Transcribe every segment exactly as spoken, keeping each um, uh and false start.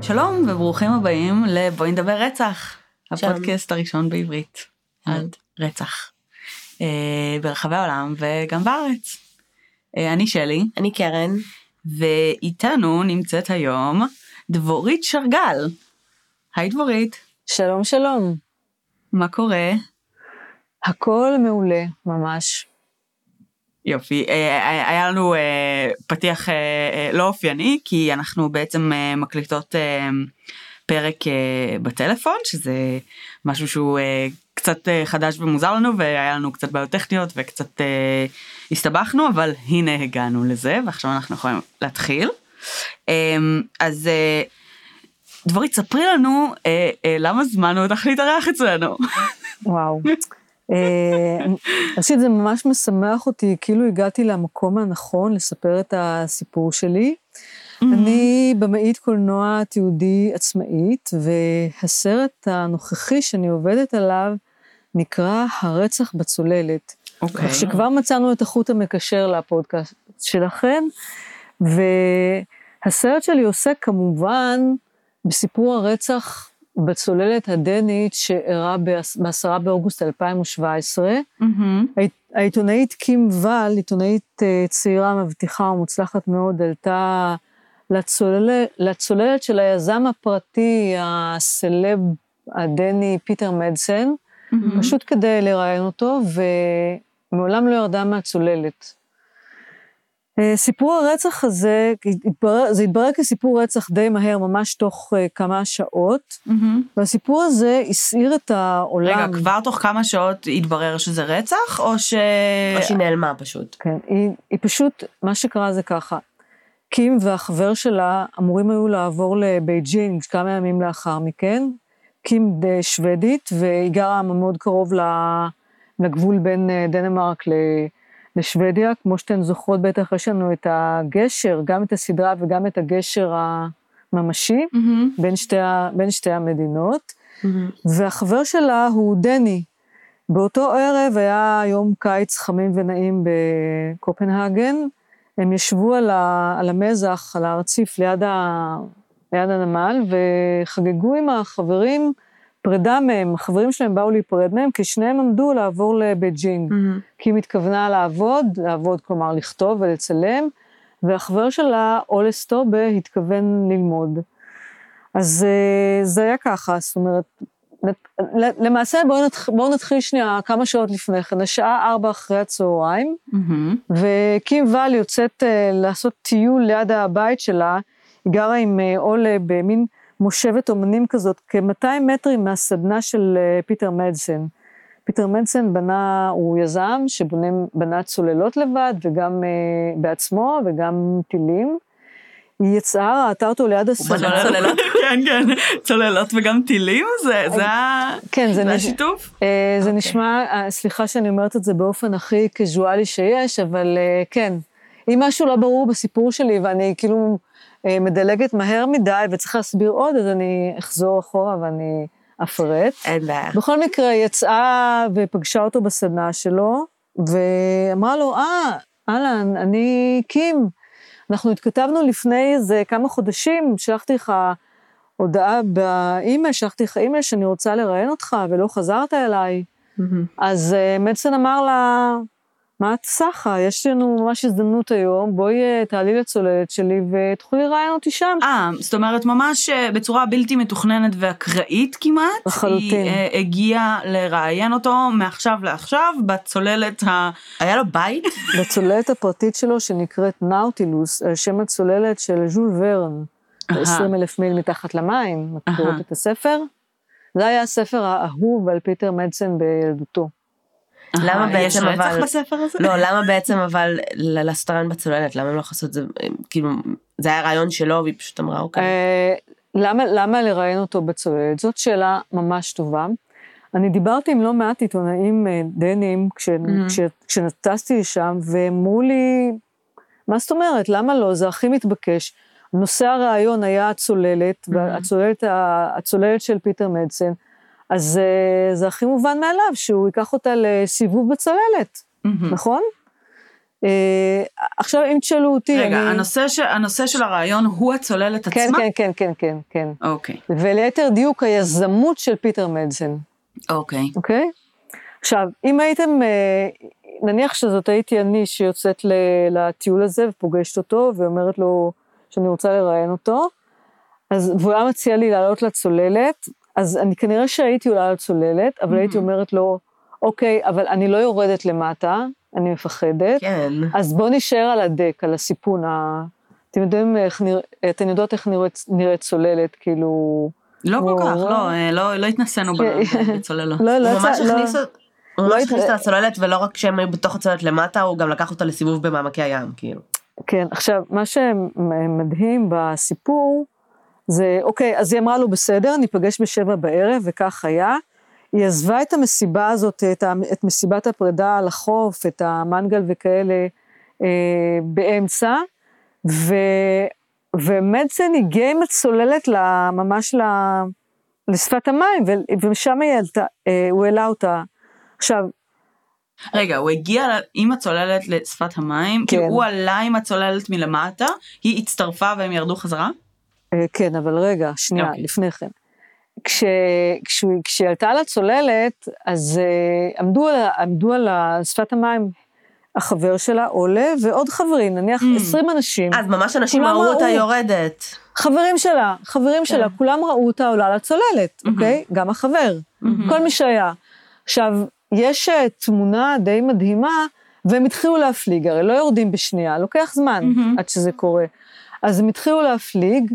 שלום וברוכים הבאים לבואי נדבר רצח, הפודקאסט הראשון בעברית על רצח ברחבי העולם וגם בארץ. אני שלי. אני קרן. ואיתנו נמצאת היום דבורית שרגל. היי דבורית. שלום שלום. מה קורה? הכל מעולה, ממש. יופי, היה לנו פתיח לא אופייני, כי אנחנו בעצם מקליטות פרק בטלפון, שזה משהו שהוא קצת חדש ומוזר לנו, והיה לנו קצת בעיות טכניות וקצת הסתבכנו, אבל הנה הגענו לזה, ועכשיו אנחנו יכולים להתחיל. אז דבורית, ספרי לנו למה זמנו אותך להתארח אצלנו. וואו. ראשית, זה ממש משמח אותי, כאילו הגעתי למקום הנכון לספר את הסיפור שלי. אני במאית קולנוע תיעודי עצמאית, והסרט הנוכחי שאני עובדת עליו נקרא הרצח בצוללת. אוקיי. שכבר מצאנו את החוט המקשר לפודקאסט שלכם, והסרט שלי עוסק כמובן בסיפור הרצח בצוללת הדנית שאירע ב-עשרה באוגוסט אלפיים שבע עשרה. Mm-hmm. העיתונאית קים ואל, עיתונאית צעירה מבטיחה ומוצלחת מאוד, עלתה לצוללת, לצוללת של היזם הפרטי, הסלב הדני פיטר מדסן, mm-hmm. פשוט כדי לראיין אותו, ומעולם לא ירדה מהצוללת. סיפור הרצח הזה, זה התברר כסיפור רצח די מהר, ממש תוך כמה שעות, mm-hmm. והסיפור הזה הסעיר את העולם. רגע, כבר תוך כמה שעות התברר שזה רצח, או ש... או שהיא נעלמה פשוט? כן, היא, היא פשוט, מה שקרה זה ככה, קים והחבר שלה אמורים היו לעבור לבייג'ינג כמה ימים לאחר מכן, קים די שוודית, והיא גרה מאוד קרוב לגבול בין דנמרק ל... לשוודיה, כמו שאתן זוכרות בטח, יש לנו את הגשר, גם את הסדרה וגם את הגשר הממשי, mm-hmm. בין, שתי, בין שתי המדינות, mm-hmm. והחבר שלה הוא דני. באותו ערב היה יום קיץ חמים ונעים בקופנהגן, הם ישבו על, ה, על המזח, על הרציף ליד, ה, ליד הנמל, וחגגו עם החברים, פרידה מהם, החברים שלהם באו להיפרד מהם, כי שניהם עמדו לעבור לבייג'ינג, mm-hmm. כי היא מתכוונה לעבוד, לעבוד כלומר לכתוב ולצלם, והחבר שלה, אולס טובה, התכוון ללמוד. אז זה היה ככה, זאת אומרת, למעשה בואו נתח, בוא נתחיל שנייה כמה שעות לפני כן, השעה ארבע אחרי הצהריים, mm-hmm. וקים ואל יוצאת לעשות טיול ליד הבית שלה, היא גרה עם אולה במין, מושבת אומנים כזאת, כ-מאתיים מטרים מהסדנה של פיטר מדסן. פיטר מדסן בנה, הוא יזם שבנה צוללות לבד, וגם uh, בעצמו, וגם טילים. היא יצאה, ראתה אותו ליד הסדנה. הוא בנה צוללות? כן, כן, צוללות וגם טילים? זה, זה, כן, זה, זה השיתוף? Uh, זה okay. נשמע, uh, סליחה שאני אומרת את זה באופן הכי קזואלי שיש, אבל uh, כן, אם משהו לא ברור בסיפור שלי, ואני כאילו... מדלגת מהר מדי וצריך להסביר עוד, אז אני אחזור אחורה ואני אפרט. אין בעיה. בכל מקרה, יצאה ופגשה אותו בסדנה שלו, ואמרה לו, אה, אהלן, אני קים. אנחנו התכתבנו לפני איזה כמה חודשים, שלחתי לך הודעה באימייל, שלחתי לך אימייל שאני רוצה לראיין אותך, ולא חזרת אליי. Mm-hmm. אז מדסן אמר לה, מה את סחה? יש לנו ממש הזדמנות היום, בואי תעלי לצוללת שלי ותוכלי לראיין אותי שם. אה, זאת אומרת ממש בצורה בלתי מתוכננת ואקראית כמעט. לחלוטין. היא הגיעה לראיין אותו מעכשיו לעכשיו בצוללת ה... היה לו בית? בצוללת הפרטית שלו שנקראת נאוטילוס, על שם הצוללת של ז'ול ורן, עשרים אלף מיל מתחת למים, מכירות את הספר. זה היה הספר האהוב על פיטר מדסן בילדותו. למה בעצם אבל... יש רצח בספר הזה? לא, למה בעצם אבל לסטרן בצוללת? למה הם לא חסו את זה? כאילו, זה היה רעיון שלו, והיא פשוט אמרה, אוקיי. למה, למה לראיין אותו בצוללת? זאת שאלה ממש טובה. אני דיברתי עם לא מעט עיתונאים דנים, כשנטסתי לשם, ואמרו לי, מה זאת אומרת? למה לא? זה הכי מתבקש. נושא הרעיון היה הצוללת, והצוללת של פיטר מדסן, אז זה הכי מובן מאליו, שהוא ייקח אותה לסיבוב בצוללת, נכון? עכשיו, אם תשאלו אותי... רגע, אני... הנושא, ש... הנושא של הרעיון הוא הצוללת כן, עצמה? כן, כן, כן, כן, כן. אוקיי. וליתר דיוק, היזמות של פיטר מדסן. אוקיי. אוקיי? עכשיו, אם הייתם, נניח שזאת הייתי אני שיוצאת לטיול הזה ופוגשת אותו, ואומרת לו שאני רוצה לראיין אותו, אז והוא היה מציע לי לעלות לצוללת, אז אני כנראה שהייתי עולה לצוללת, אבל הייתי אומרת לו, אוקיי, אבל אני לא יורדת למטה, אני מפחדת, כן. אז בוא נשאר על הדק, על הסיפון, אתם יודעים איך נראה, אתן יודעות איך נראית צוללת, כאילו... לא כל כך, לא, לא התנסינו בצוללות. לא, לא, הוא ממש לא. הכניס הוא ממש הכניס את הצוללת, ולא רק שהם היו בתוך הצוללת למטה, הוא גם לקח אותה לסיבוב במעמקי הים, כאילו. כן, עכשיו, מה שמדהים בסיפור, זה, אוקיי, אז היא אמרה לו, בסדר, ניפגש בשבע בערב, וכך היה. היא עזבה את המסיבה הזאת, את, את מסיבת הפרידה על החוף, את המנגל וכאלה, אה, באמצע, ו, ומדסן הגיע עם הצוללת ממש לשפת המים, ושם הוא העלה אותה. עכשיו, רגע, הוא הגיע עם הצוללת לשפת המים, כן. כי הוא עלה עם הצוללת מלמטה, היא הצטרפה והם ירדו חזרה? כן, אבל רגע, שנייה, okay. לפני כן. כש, כש, כשעלתה על הצוללת, אז uh, עמדו, עמדו על שפת המים החבר שלה, עולה, ועוד חברים, נניח mm. עשרים אנשים. אז ממש אנשים ראו אותה יורדת. חברים שלה, חברים yeah. שלה, כולם ראו אותה עולה לצוללת, mm-hmm. אוקיי? גם החבר, mm-hmm. כל מי שהיה. עכשיו, יש תמונה די מדהימה, והם התחילו להפליג, הרי לא יורדים בשנייה, לוקח זמן mm-hmm. עד שזה קורה. אז הם התחילו להפליג,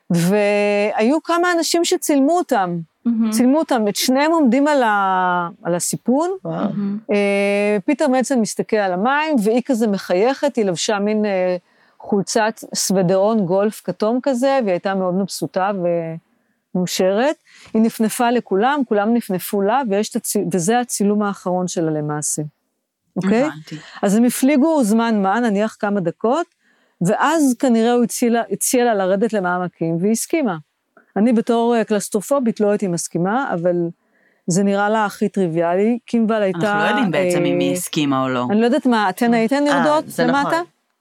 והיו כמה אנשים שצילמו אותם, mm-hmm. צילמו אותם, את שניהם עומדים על, ה, על הסיפון, mm-hmm. אה, פיטר מדסן מסתכל על המים, והיא כזה מחייכת, היא לבשה מין אה, חולצת סוודרון גולף כתום כזה, והיא הייתה מאוד מבסוטה ומאושרת, היא נפנפה לכולם, כולם נפנפו לה, ויש הצ... וזה הצילום האחרון שלה למעשה, אוקיי? Okay? אז הם הפליגו זמן מה, נניח כמה דקות, ואז כנראה הוא הציע לה, הציע לה לרדת למעמקים, והיא הסכימה. אני בתור קלסטרופובית לא הייתי מסכימה, אבל זה נראה לה הכי טריוויאלי, קימבל הייתה... אנחנו לא יודעים בעצם אם היא הסכימה או לא. אני לא יודעת מה, אתן הייתן יורדות למטה?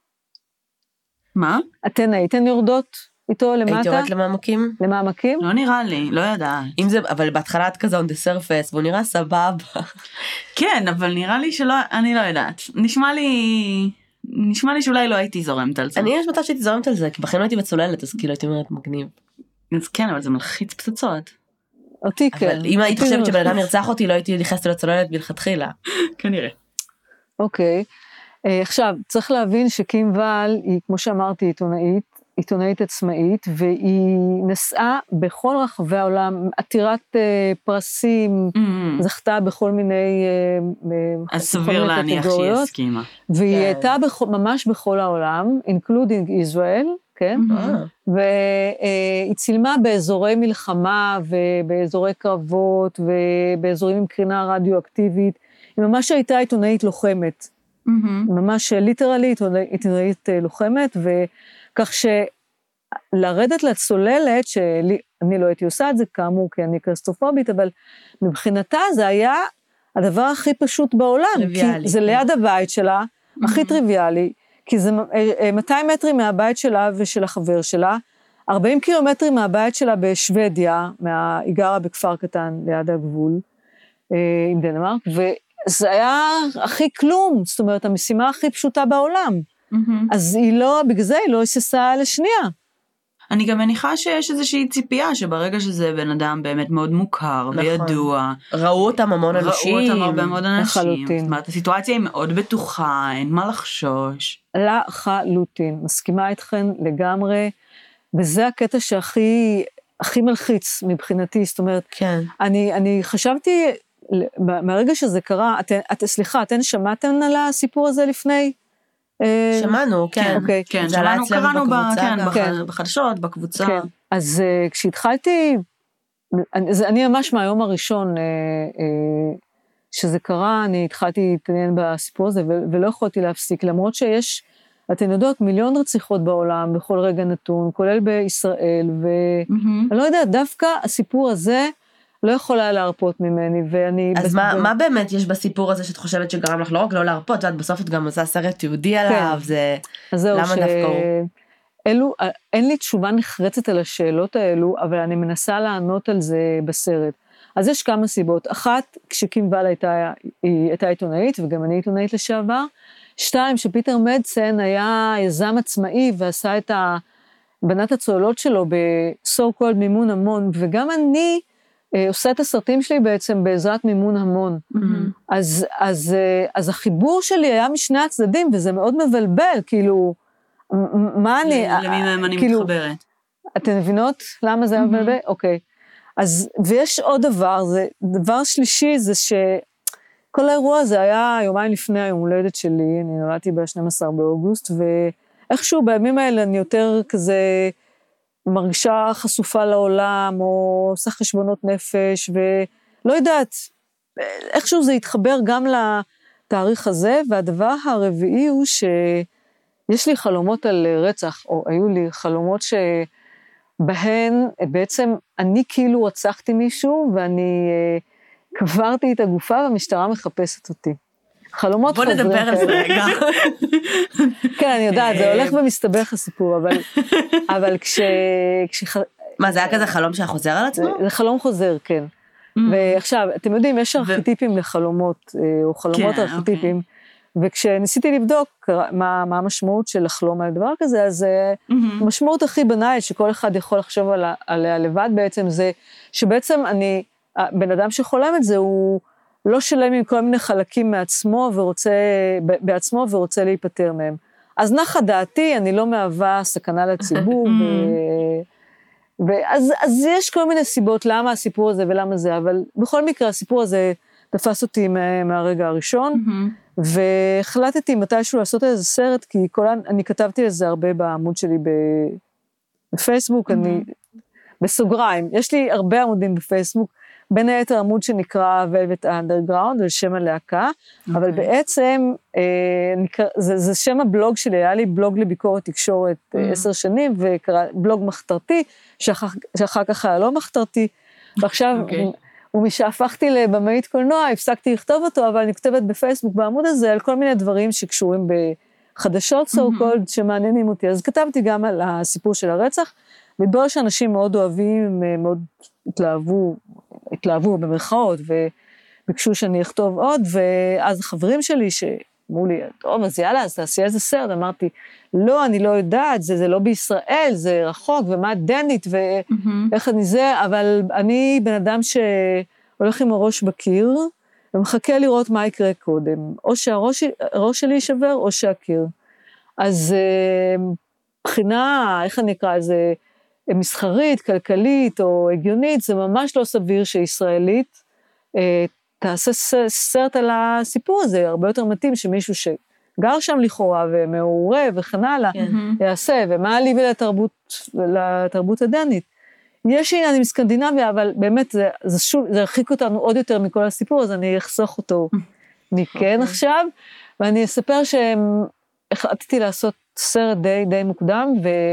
מה? אתן הייתן יורדות איתו למטה? הייתי יורדת למעמקים? למעמקים? לא נראה לי, לא יודעת. אם זה, אבל בהתחלה את כזה on the surface, והוא נראה סבבה. כן, אבל נראה לי שלא, אני לא יודעת. נשמע לי... נשמע לי שאולי לא הייתי זורמת על זה. אני יש מצב שהייתי זורמת על זה, כי בכלל לא הייתי בצוללת, אז כאילו הייתי אומרת מגניב. אז כן, אבל זה מלחיץ פצצות. אותי כן. אבל אם היית חושבת שבן אדם נרצח אותי, לא הייתי נכנסת לצוללת מלכתחילה. כנראה. אוקיי. עכשיו, צריך להבין שקים ואל היא, כמו שאמרתי, עיתונאית, עיתונאית עצמאית, והיא נסעה בכל רחבי העולם, עתירת פרסים, זכתה בכל מיני... אז סביר להניח שהיא הסכימה. והיא הייתה ממש בכל העולם, including Israel, כן? והיא צילמה באזורי מלחמה, ובאזורי קרבות, ובאזורים עם קרינה רדיואקטיבית, היא ממש הייתה עיתונאית לוחמת, ממש ליטרלית, עיתונאית לוחמת, וכך שלרדת לצוללת, שאני לא הייתי עושה את זה, כאמור, כי אני קלסטרופובית, אבל מבחינתה זה היה הדבר הכי פשוט בעולם, כי זה ליד הבית שלה, הכי טריוויאלי, כי זה מאתיים מטרים מהבית שלה ושל החבר שלה, ארבעים קילומטרים מהבית שלה בשוודיה, היא גרה בכפר קטן ליד הגבול, עם דנמרק, וזה היה הכי כלום, זאת אומרת, המשימה הכי פשוטה בעולם. אז היא לא, בגלל זה היא לא הססה לשנייה. אני גם מניחה שיש איזושהי ציפייה, שברגע שזה בן אדם באמת מאוד מוכר וידוע. ראו אותם המון אנשים. ראו אותם הרבה מאוד אנשים. זאת אומרת, הסיטואציה היא מאוד בטוחה, אין מה לחשוש. לחלוטין, מסכימה איתכן לגמרי, וזה הקטע שהכי, הכי מלחיץ מבחינתי, זאת אומרת, כן. אני, אני חשבתי, מהרגע שזה קרה, את, את, סליחה, אתן שמעתן על הסיפור הזה לפני? שמענו, כן. אוקיי. כן, שמענו, קראנו בחדשות, בקבוצה. כן, אז כשהתחלתי, אני ממש מהיום הראשון שזה קרה, אני התחלתי להתעניין בסיפור הזה, ולא יכולתי להפסיק, למרות שיש, אתן יודעות, מיליון רציחות בעולם, בכל רגע נתון, כולל בישראל, ואני לא יודעת, דווקא הסיפור הזה, לא יכולה להרפות ממני, ואני... אז מה, מה באמת יש בסיפור הזה שאת חושבת שגרם לך לא רק לא להרפות, ואת בסוף את גם עושה סרט תיעודי עליו, זה... למה דווקא הוא? אלו, אין לי תשובה נחרצת על השאלות האלו, אבל אני מנסה לענות על זה בסרט. אז יש כמה סיבות. אחת, כשקים ואל הייתה, היא הייתה עיתונאית, וגם אני עיתונאית לשעבר. שתיים, שפיטר מדסן היה יזם עצמאי, ועשה את בנת הצוללות שלו ב-so called מימון המון, וגם אני אה, עושה את הסרטים שלי בעצם בעזרת מימון המון. Mm-hmm. אז, אז, אה, אז החיבור שלי היה משני הצדדים, וזה מאוד מבלבל, כאילו, מה אני... למי מהם אני כאילו, מתחברת. אתן מבינות למה זה היה מבלבל? אוקיי. אז, ויש עוד דבר, זה, דבר שלישי זה שכל האירוע הזה היה יומיים לפני היום הולדת שלי, אני נולדתי ב-שנים עשר באוגוסט, ואיכשהו בימים האלה אני יותר כזה מרגישה חשופה לעולם, או עושה חשבונות נפש, ולא יודעת, איכשהו זה התחבר גם לתאריך הזה, והדבר הרביעי הוא ש... יש לי חלומות על רצח, או היו לי חלומות שבהן בעצם אני כאילו רצחתי מישהו, ואני uh, קברתי את הגופה והמשטרה מחפשת אותי. חלומות בוא חוזרים. בוא נדבר על זה רגע. כן, אני יודעת, זה הולך ומסתבך הסיפור, אבל, אבל כש... כש... מה, זה היה כזה חלום שחוזר על עצמו? זה, זה חלום חוזר, כן. ועכשיו, אתם יודעים, יש ארכיטיפים לחלומות, או חלומות ארכיטיפים, וכשניסיתי לבדוק מה, מה המשמעות של לחלום על דבר כזה, אז mm-hmm. המשמעות הכי בנאלית שכל אחד יכול לחשוב עליה, עליה לבד בעצם, זה שבעצם אני, בן אדם שחולם את זה, הוא לא שלם עם כל מיני חלקים מעצמו, ורוצה, בעצמו ורוצה להיפטר מהם. אז נחה דעתי, אני לא מהווה סכנה לציבור, ו... ואז, אז יש כל מיני סיבות למה הסיפור הזה ולמה זה, אבל בכל מקרה הסיפור הזה תפס אותי מהרגע הראשון, mm-hmm. והחלטתי מתישהו לעשות איזה סרט, כי כל, אני כתבתי לזה הרבה בעמוד שלי בפייסבוק, mm-hmm. אני, בסוגריים, יש לי הרבה עמודים בפייסבוק, בין היתר עמוד שנקרא Velvet Underground, על שם הלהקה, okay. אבל בעצם, אה, נקרא, זה, זה שם הבלוג שלי, היה לי בלוג לביקורת תקשורת mm-hmm. עשר שנים, וקרא בלוג מחתרתי, שאחר, שאחר כך היה לא מחתרתי, ועכשיו, okay. ומשהפכתי לבמאית קולנוע, הפסקתי לכתוב אותו, אבל אני כותבת בפייסבוק בעמוד הזה, על כל מיני דברים שקשורים בחדשות, so called, שמעניינים אותי. אז כתבתי גם על הסיפור של הרצח, והתברר שאנשים מאוד אוהבים, מאוד התלהבו, התלהבו במרכאות, וביקשו שאני אכתוב עוד, ואז החברים שלי שאמרו לי, טוב, אז יאללה, אז תעשי איזה סרט, אמרתי, לא, אני לא יודעת, זה, זה לא בישראל, זה רחוק, ומה דנית, ואיך אני זה, אבל אני בן אדם שהולך עם הראש בקיר, ומחכה לראות מה יקרה קודם, או שהראש שלי יישבר, או שהקיר. אז בחינה, איך אני אקרא, זה מסחרית, כלכלית, או הגיונית, זה ממש לא סביר שישראלית תעשה סרט על הסיפור הזה, הרבה יותר מתאים שמישהו ש... גר שם לכאורה ומעורה וכן הלאה, יעשה, ומה לי ולתרבות, לתרבות הדנית. יש עניין עם סקנדינביה, אבל באמת זה, זה שוב, זה הרחיק אותנו עוד יותר מכל הסיפור, אז אני אחסוך אותו מכן עכשיו, ואני אספר שהחלטתי לעשות סרט די, די מוקדם,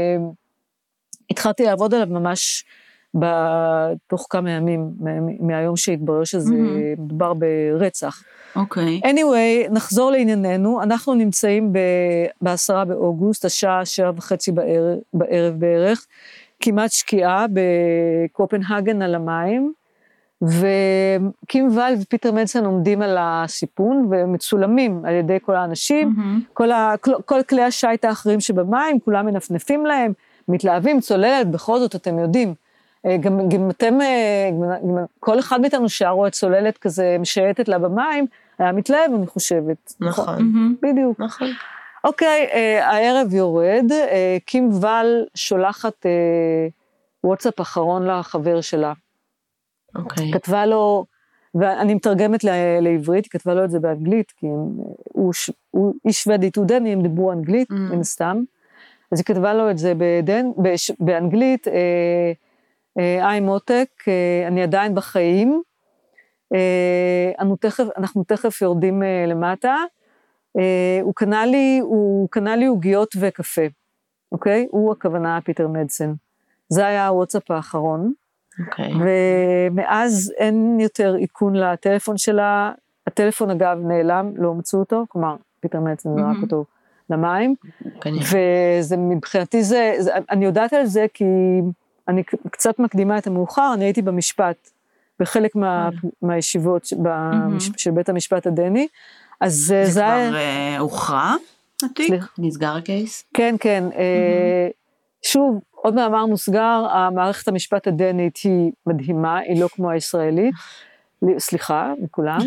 והתחלתי לעבוד עליו ממש בתוך כמה ימים, מהיום שהתברר שזה מדובר ברצח. אוקיי. anyway, נחזור לענייננו, אנחנו נמצאים בעשרה באוגוסט, השעה שבע וחצי בערב, בערב בערך, כמעט שקיעה בקופנהגן על המים, וקים ואל ופיטר מדסן עומדים על הסיפון, ומצולמים על ידי כל האנשים, mm-hmm. כל, ה, כל, כל כלי השייט האחרים שבמים, כולם מנפנפים להם, מתלהבים, צוללת, בכל זאת אתם יודעים, גם, גם אתם, גם, כל אחד מאיתנו שערו את צוללת כזה משייטת לה במים, היה מתלהב, אני חושבת. נכון. Mm-hmm. בדיוק. נכון. אוקיי, אה, הערב יורד, אה, קים ואל שולחת אה, וואטסאפ אחרון לחבר שלה. אוקיי. כתבה לו, ואני מתרגמת ל- לעברית, היא כתבה לו את זה באנגלית, כי הם, הוא, הוא איש שוודית, הוא דני, הם דיברו אנגלית, mm-hmm. מן סתם. אז היא כתבה לו את זה בדן, בש, באנגלית, אה, היי מותק, אני עדיין בחיים, אנחנו תכף, אנחנו תכף יורדים למטה, הוא קנה לי, הוא קנה לי עוגיות וקפה, אוקיי? הוא הכוונה פיטר מדסן. זה היה הוואטסאפ האחרון. אוקיי. ומאז אין יותר איכון לטלפון שלה, הטלפון אגב נעלם, לא מצאו אותו, כלומר, פיטר מדסן זרק אותו למים, וזה מבחינתי זה, זה, אני יודעת על זה כי אני קצת מקדימה את המאוחר, אני הייתי במשפט, בחלק מה, מהישיבות של בית המשפט הדני, אז זה... זה כבר הוכרע? נסגר הקייס? כן, כן. שוב, עוד מאמר מוסגר, המערכת המשפט הדנית היא מדהימה, היא לא כמו הישראלית, סליחה, מכולם,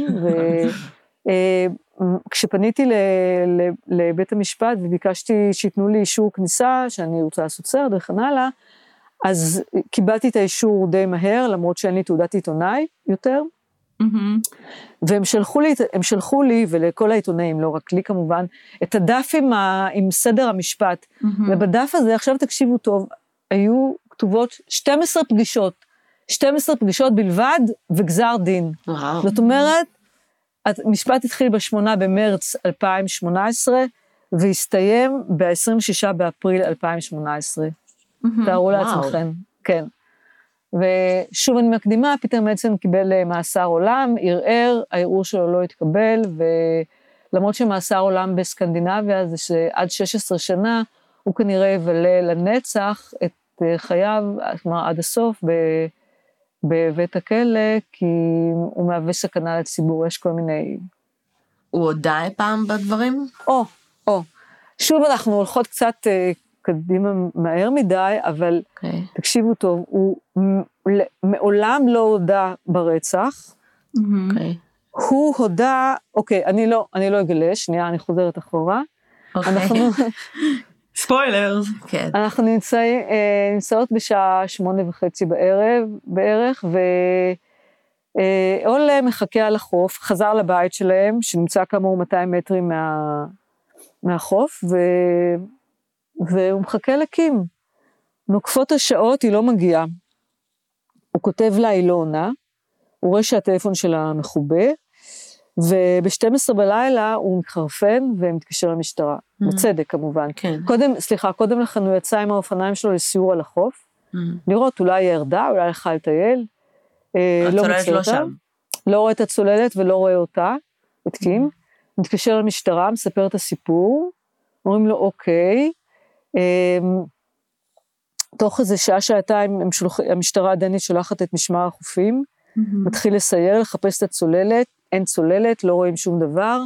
וכשפניתי לבית המשפט וביקשתי שיתנו לי אישור כניסה, שאני רוצה לעשות סרט וכן הלאה, אז קיבלתי את האישור די מהר, למרות שאין לי תעודת עיתונאי יותר, והם שלחו לי, הם שלחו לי, ולכל העיתונאים, לא רק לי כמובן, את הדף עם, ה, עם סדר המשפט, ובדף הזה, עכשיו תקשיבו טוב, היו כתובות שתים עשרה פגישות, שתים עשרה פגישות בלבד, וגזר דין. וואו. זאת אומרת, המשפט התחיל בשמונה במרץ אלפיים שמונה עשרה, והסתיים ב-עשרים ושישה באפריל אלפיים שמונה עשרה. תארו לעצמכם, כן. ושוב אני מקדימה, פיטר מדסן קיבל מאסר עולם, ערער, הערעור שלו לא התקבל, ולמרות שמאסר עולם בסקנדינביה, זה שעד שש עשרה שנה, הוא כנראה יבלה לנצח את חייו, כלומר עד הסוף, בבית הכלא, כי הוא מהווה סכנה לציבור, יש כל מיני... הוא הודע פעם בדברים? או, או. שוב אנחנו הולכות קצת... קדימה מהר מדי, אבל okay. תקשיבו טוב, הוא מעולם לא הודע ברצח, okay. הוא הודע, אוקיי, אני לא, אני לא אגלה, שנייה, אני חוזרת אחורה, okay. אנחנו, ספוילרס, כן. אנחנו נמצא, נמצאות בשעה שמונה וחצי בערב, בערך, ואול מחכה על החוף, חזר לבית שלהם, שנמצא כאמור מאתיים מטרים מה, מהחוף, ו... והוא מחכה לקים. נוקפות השעות, היא לא מגיעה. הוא כותב לה, היא לא עונה, הוא רואה שהטלפון שלה מחובה, וב-שתים עשרה בלילה הוא מתחרפן ומתקשר למשטרה. Mm-hmm. בצדק כמובן. כן. קודם, סליחה, קודם לכן הוא יצא עם האופניים שלו לסיור על החוף, mm-hmm. לראות אולי היא ירדה, אולי הלכה לטייל. הצוללת לא, לא שם. לא רואה את הצוללת ולא רואה אותה, את קים. Mm-hmm. מתקשר למשטרה, מספר את הסיפור, אומרים לו אוקיי, תוך איזה שעה שעתיים המשטרה הדנית שולחת את משמר החופים, מתחיל לסייר, לחפש את הצוללת, אין צוללת, לא רואים שום דבר,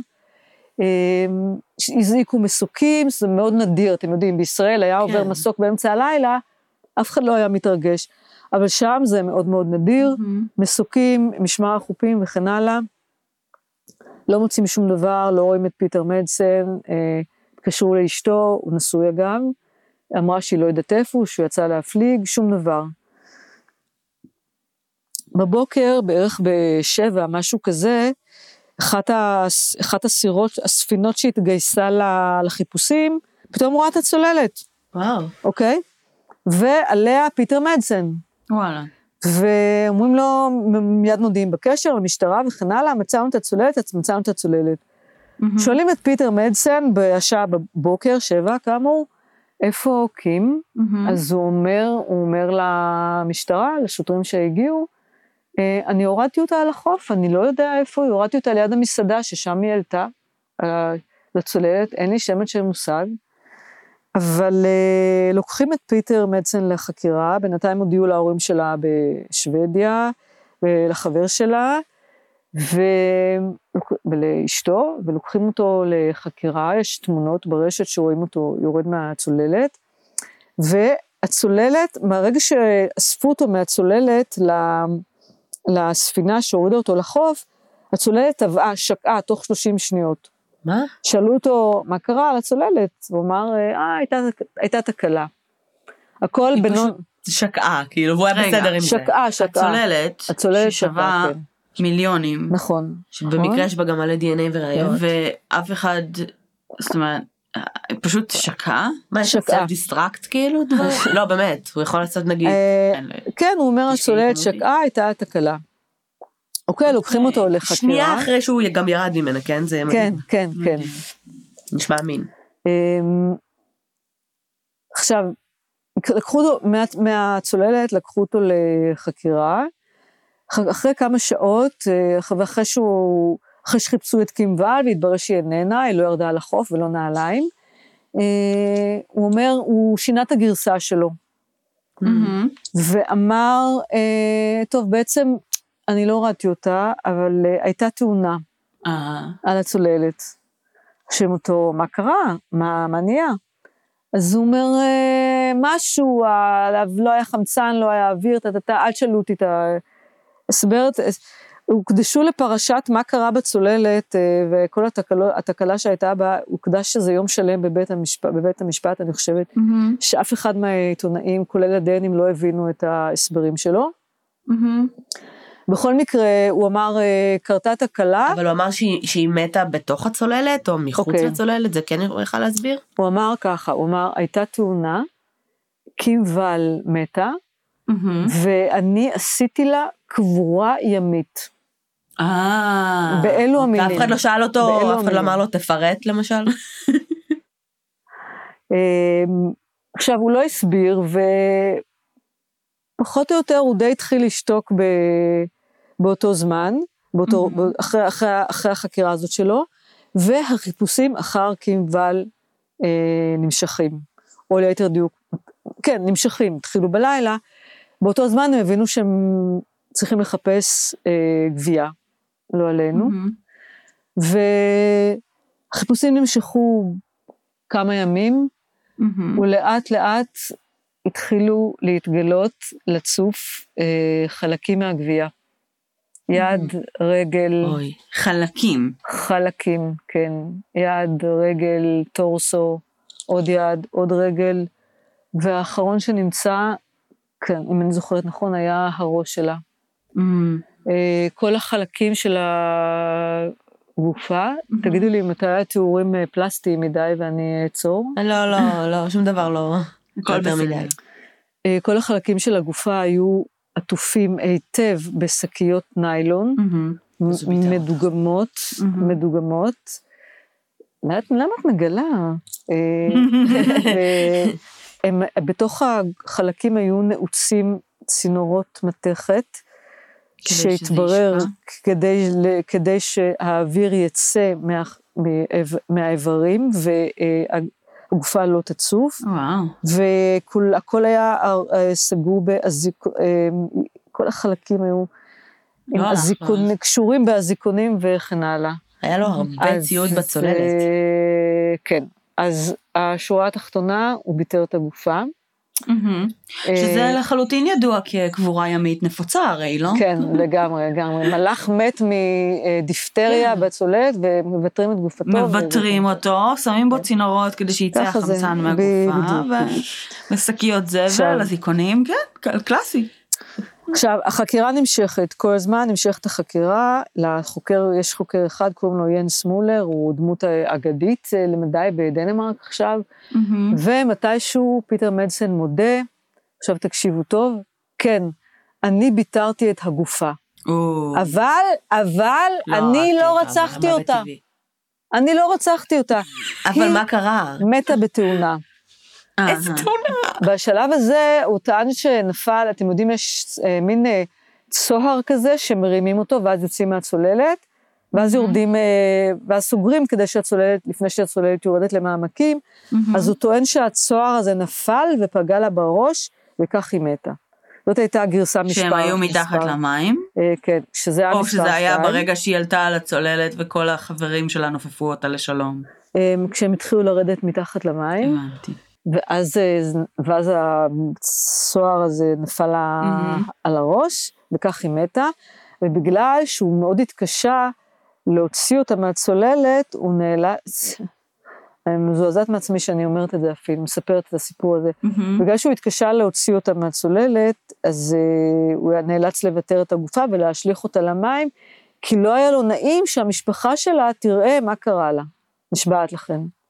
הזעיקו מסוקים, זה מאוד נדיר, אתם יודעים, בישראל היה עובר מסוק באמצע הלילה, אף אחד לא היה מתרגש, אבל שם זה מאוד מאוד נדיר, מסוקים, משמר החופים וכן הלאה, לא מוצאים שום דבר, לא רואים את פיטר מדסן, קשור לאשתו, הוא נשוי אגב, אמרה שהיא לא יודעת איפה, שהוא יצא להפליג, שום דבר. בבוקר, בערך בשבע, משהו כזה, אחת, הס, אחת הסירות, הספינות שהתגייסה לחיפושים, פתאום רואה את הצוללת. וואו. אוקיי? ועליה פיטר מדסן. וואלה. ואומרים לו, מיד מודיעים בקשר, למשטרה וכן הלאה, מצאנו את הצוללת, מצאנו את הצוללת. Mm-hmm. שואלים את פיטר מדסן בשעה בבוקר, שבע כאמור, איפה קים? Mm-hmm. אז הוא אומר, הוא אומר למשטרה, לשוטרים שהגיעו, אני הורדתי אותה על החוף, אני לא יודע איפה, הורדתי אותה ליד המסעדה ששם היא עלתה, לצוללת, אין לי שמץ של מושג, אבל לוקחים את פיטר מדסן לחקירה, בינתיים הודיעו להורים שלה בשוודיה, ולחבר שלה, ולאשתו, ולוקחים אותו לחקירה, יש תמונות ברשת שרואים אותו יורד מהצוללת, והצוללת, מהרגע שאספו אותו מהצוללת לספינה שהורידה אותו לחוף, הצוללת טבעה, שקעה תוך שלושים שניות. מה? שאלו אותו מה קרה על הצוללת, הוא אמר, אה, הייתה, הייתה תקלה. הכל בנון... שקעה, כאילו, והוא היה בסדר עם זה. שקעה, שקעה. הצוללת, הצוללת ששווה כן. מיליונים. נכון. במקרה יש בה גם מלא די אן איי וראיות. ואף אחד, זאת אומרת, פשוט שקעה? מה, יש קצת דיסטרקט כאילו? לא, באמת, הוא יכול לעשות נגיד... כן, הוא אומר, הצוללת שקעה, הייתה תקלה. אוקיי, לוקחים אותו לחקירה. שנייה אחרי שהוא גם ירד ממנה, כן? כן, כן, כן. נשמע אמין. עכשיו, לקחו אותו, מה, מהצוללת לקחו אותו לחקירה, אחרי כמה שעות, ואחרי שהוא, אחרי שחיפשו את קים ואל, והתברר שהיא איננה, היא לא ירדה על החוף ולא נעליים, הוא אומר, הוא שינה את הגרסה שלו, ואמר, טוב, בעצם אני לא ראיתי אותה, אבל הייתה תאונה על הצוללת, שם אותו, מה קרה? מה, מה נהיה? אז הוא אומר, משהו, לא היה חמצן, לא היה אוויר, אל תשאלו אותי את ההסבר, הוקדשו לפרשת מה קרה בצוללת, וכל התקלה שהייתה בה, הוקדש שזה יום שלם בבית המשפט, בבית המשפט אני חושבת, שאף אחד מהעיתונאים, כולל הדיינים, לא הבינו את ההסברים שלו. בכל מקרה, הוא אמר, קרתה תקלה. אבל הוא אמר שהיא, שהיא מתה בתוך הצוללת, או מחוץ okay. לצוללת, זה כן יכול להסביר? הוא אמר ככה, הוא אמר, הייתה תאונה, קים ואל מתה, mm-hmm. ואני עשיתי לה קבורה ימית. אה. באלו המילים. ואף אחד לא שאל אותו, אף אחד לא אמר לו, תפרט למשל? עכשיו, הוא לא הסביר, ופחות או יותר הוא די התחיל לשתוק ב... באותו זמן, באותו, mm-hmm. אחרי, אחרי, אחרי החקירה הזאת שלו, והחיפושים אחר קים ואל אה, נמשכים, או ליתר דיוק, כן, נמשכים, התחילו בלילה, באותו זמן הם הבינו שהם צריכים לחפש אה, גבייה, לא עלינו, mm-hmm. והחיפושים נמשכו כמה ימים, mm-hmm. ולאט לאט התחילו להתגלות, לצוף אה, חלקים מהגבייה. יד, רגל. אוי, חלקים. חלקים, כן. יד, רגל, טורסו, עוד יד, עוד רגל, והאחרון שנמצא, כן, אם אני זוכרת נכון, היה הראש שלה. Mm. כל החלקים של הגופה, mm-hmm. תגידו לי, מתי התיאורים פלסטיים מדי ואני אעצור? לא, לא, לא, שום דבר לא. כל מדי. כל החלקים של הגופה היו עטופים היטב בשקיות ניילון, mm-hmm. מדוגמות, mm-hmm. מדוגמות. למה את מגלה? הם, בתוך החלקים היו נעוצים צינורות מתכת, שהתברר כדי, כדי שהאוויר יצא מה, מהאיברים, והגופה לא תצוף, והכל היה סגור באזיק, כל החלקים היו עם אזיקון, קשורים באזיקונים וכן הלאה. היה לו הרבה ציוד בצוללת. כן, אז השורה התחתונה, הוא ביטר את הגופה. שזה לחלוטין ידוע כקבורה ימית נפוצה הרי, לא? כן, לגמרי, לגמרי. מלאך מת מדיפטריה בצוללת, ומוותרים את גופתו. מבטרים אותו, שמים בו צינורות כדי שיצא החמצן מהגופה, ושקיות זבל, הזיקונים, כן, קלאסי. עכשיו, החקירה נמשכת, כל הזמן נמשכת החקירה, לחוקר, יש חוקר אחד, קוראים לו ינס מולר, הוא דמות אגדית למדי בדנמרק עכשיו, mm-hmm. ומתישהו פיטר מדסן מודה, עכשיו תקשיבו טוב, כן, אני ביטרתי את הגופה, oh. אבל, אבל, לא, אני לא רצחתי אותה, אני לא רצחתי אותה, אבל מה קרה? מתה בתאונה. איזה תאונה. בשלב הזה הוא טען שנפל, אתם יודעים, יש אה, מין אה, צוהר כזה שמרימים אותו, ואז יוצאים מהצוללת, ואז mm-hmm. יורדים, אה, ואז סוגרים כדי שהצוללת, לפני שהצוללת יורדת למעמקים, mm-hmm. אז הוא טוען שהצוהר הזה נפל ופגע לה בראש, וכך היא מתה. זאת הייתה גרסה מספר. שהם היו מתחת למים? אה, כן, שזה היה מספר. או שזה היה ברגע שהיא עלתה על הצוללת, וכל החברים שלה נופפו אותה לשלום. אה, כשהם התחילו לרדת מתחת למים. הבנתי. ואז, ואז הצוהר הזה נפל mm-hmm. על הראש, וכך היא מתה, ובגלל שהוא מאוד התקשה להוציא אותה מהצוללת, הוא נאלץ, אני מזועזעת מעצמי שאני אומרת את זה אפילו, מספרת את הסיפור הזה, mm-hmm. בגלל שהוא התקשה להוציא אותה מהצוללת, אז uh, הוא נאלץ לוותר את הגופה ולהשליך אותה למים, כי לא היה לו נעים שהמשפחה שלה תראה מה קרה לה, נשבעת לכם.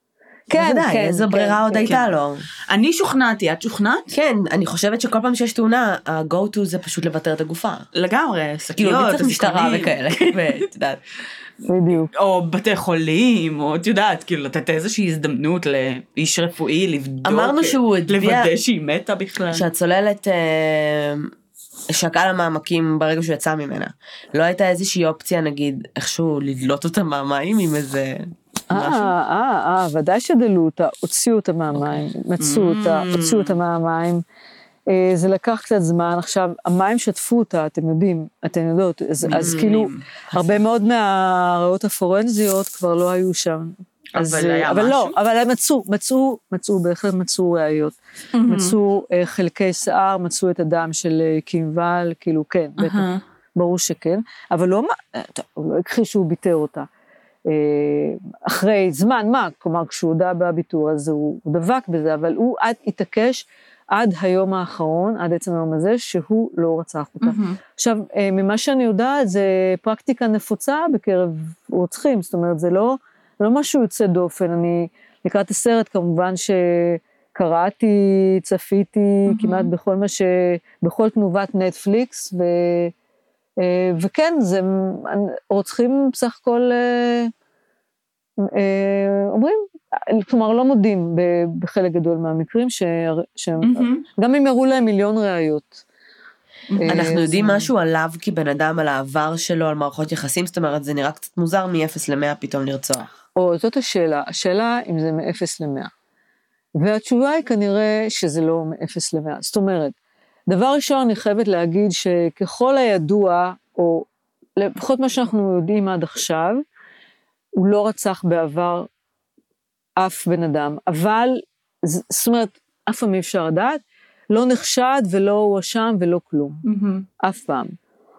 כן, בוודאי, כן, איזו כן, ברירה עוד כן. הייתה לו. אני שוכנעתי, את שוכנעת? כן, אני חושבת שכל פעם שיש תאונה, ה-go to זה פשוט לוותר את הגופה. לגמרי, כאילו, שקיות, מי צריך משטרה אזיקונים. וכאלה, ואת יודעת. בדיוק. או בתי חולים, או את יודעת, כאילו לתת איזושהי הזדמנות לאיש רפואי לבדוק, אמרנו שהוא הצביע- לוודא שהיא מתה בכלל. שהצוללת אה, שקעה למעמקים ברגע שהוא יצא ממנה. לא הייתה איזושהי אופציה, נגיד, איכשהו לדלות אותה מהמים עם איזה אה, משהו? אה, אה, ודאי שדלו אותה, הוציאו אותה מהמים, מצאו אותה, הוציאו אותה מהמים. אה, זה לקח קצת זמן, עכשיו, המים שטפו אותה, אתם יודעים, אתם יודעות, אז, אז כאילו, הרבה מאוד מהראיות הפורנזיות כבר לא היו שם. אז, אבל היה אבל לא, משהו? אבל הם מצאו, מצאו, מצאו, בהחלט מצאו ראיות. מצאו אה, חלקי שיער, מצאו את הדם של אה, קימבל, כאילו, כן, בטח, אהה. ברור שכן, אבל לא, מה- טוב, הוא לא הכחיש שהוא ביטר אותה. אה, אחרי זמן מה, כלומר כשהוא הודע בביטור אז הוא, הוא דבק בזה, אבל הוא עד התעקש עד היום האחרון, עד עצם היום הזה, שהוא לא רצח אותה. עכשיו, אה, ממה שאני יודעת, זה פרקטיקה נפוצה בקרב רוצחים, זאת אומרת, זה לא, לא משהו יוצא דופן, אני לקראת הסרט כמובן שקראתי, צפיתי כמעט בכל מה ש... בכל תנובת נטפליקס, ו... אה, וכן, זה רוצחים בסך הכל, אה, אה, אומרים, כלומר לא מודים ב- בחלק גדול מהמקרים, ש- שהם, גם אם יראו להם מיליון ראיות. אנחנו אה, יודעים זה- משהו עליו כבן אדם, על העבר שלו, על מערכות יחסים, זאת אומרת, זה נראה קצת מוזר מ-אפס ל-מאה פתאום לרצוח. או, זאת השאלה, השאלה אם זה מ-אפס ל-מאה. והתשובה היא כנראה שזה לא מ-אפס ל-מאה. זאת אומרת, דבר ראשון אני חייבת להגיד שככל הידוע, או לפחות מה שאנחנו יודעים עד עכשיו, הוא לא רצח בעבר אף בן אדם, אבל, ז- זאת אומרת, אף פעם אי אפשר לדעת, לא נחשד ולא הואשם ולא כלום, אף פעם.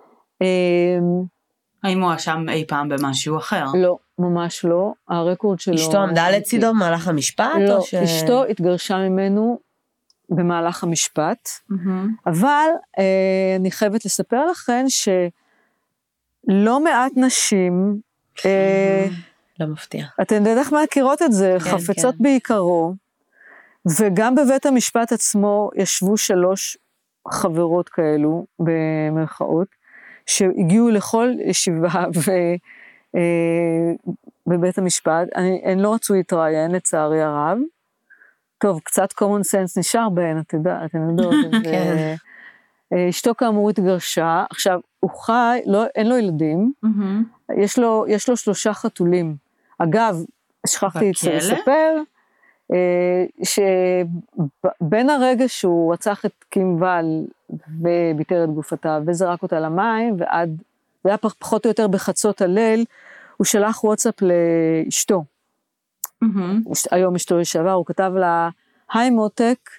אמ, האם הוא אשם אי פעם במשהו אחר? לא, ממש לא, הרקורד שלו... אשתו עמדה לצידו במהלך המשפט? לא, או ש... אשתו התגרשה ממנו במהלך המשפט, אבל אה, אני חייבת לספר לכם שלא מעט נשים, אה, לא מפתיע. אתן בטח מכירות את זה, כן, חפצות כן. בעיקרו, וגם בבית המשפט עצמו ישבו שלוש חברות כאלו, במרכאות, שהגיעו לכל ישיבה ו, אה, בבית המשפט, אני, הן לא רצו להתראיין לצערי הרב, טוב, קצת common sense נשאר בהן, את יודעת, אתן יודעות, אז, כן. אה, אשתו כאמור התגרשה, עכשיו, הוא חי, לא, אין לו ילדים, יש לו, יש לו שלושה חתולים. אגב, שכחתי בכלא? לספר, אה, שבין הרגע שהוא רצח את קימבל וביטר את גופתה וזרק אותה למים, ועד, זה היה פחות או יותר בחצות הליל, הוא שלח וואטסאפ לאשתו. היום אשתו לשעבר, הוא כתב לה, היי מותק,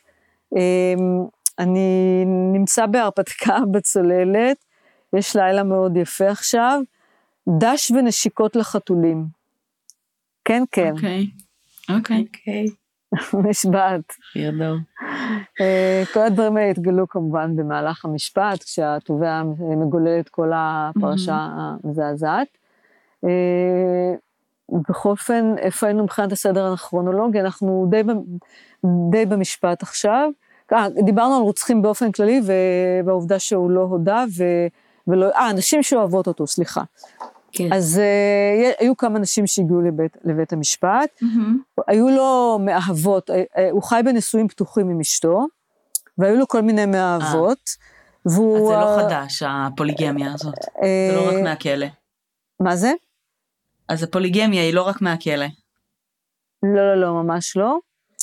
אני נמצא בהרפתקה בצוללת, יש לילה מאוד יפה עכשיו, דש ונשיקות לחתולים. כן, כן. אוקיי, אוקיי. אוקיי. נשבעת. ירדו. אה, כל הדברים האלה התגלו כמובן במהלך המשפט, כשהתובע מגולל את כל הפרשה המזעזעת. אה, בכל אופן, איפה היינו מבחינת הסדר הכרונולוגי, אנחנו די, די במשפט עכשיו. דיברנו על רוצחים באופן כללי, והעובדה שהוא לא הודע, ו, ולא, אה, נשים שאוהבות אותו, סליחה. כן. אז uh, היו כמה נשים שהגיעו לבית, לבית המשפט, mm-hmm. היו לו מאהבות, הוא חי בנישואים פתוחים עם אשתו, והיו לו כל מיני מאהבות, והוא... אז זה לא חדש, הפוליגמיה הזאת, זה לא רק מהכלא. מה זה? אז הפוליגמיה היא לא רק מהכלא. לא, לא, לא, ממש לא,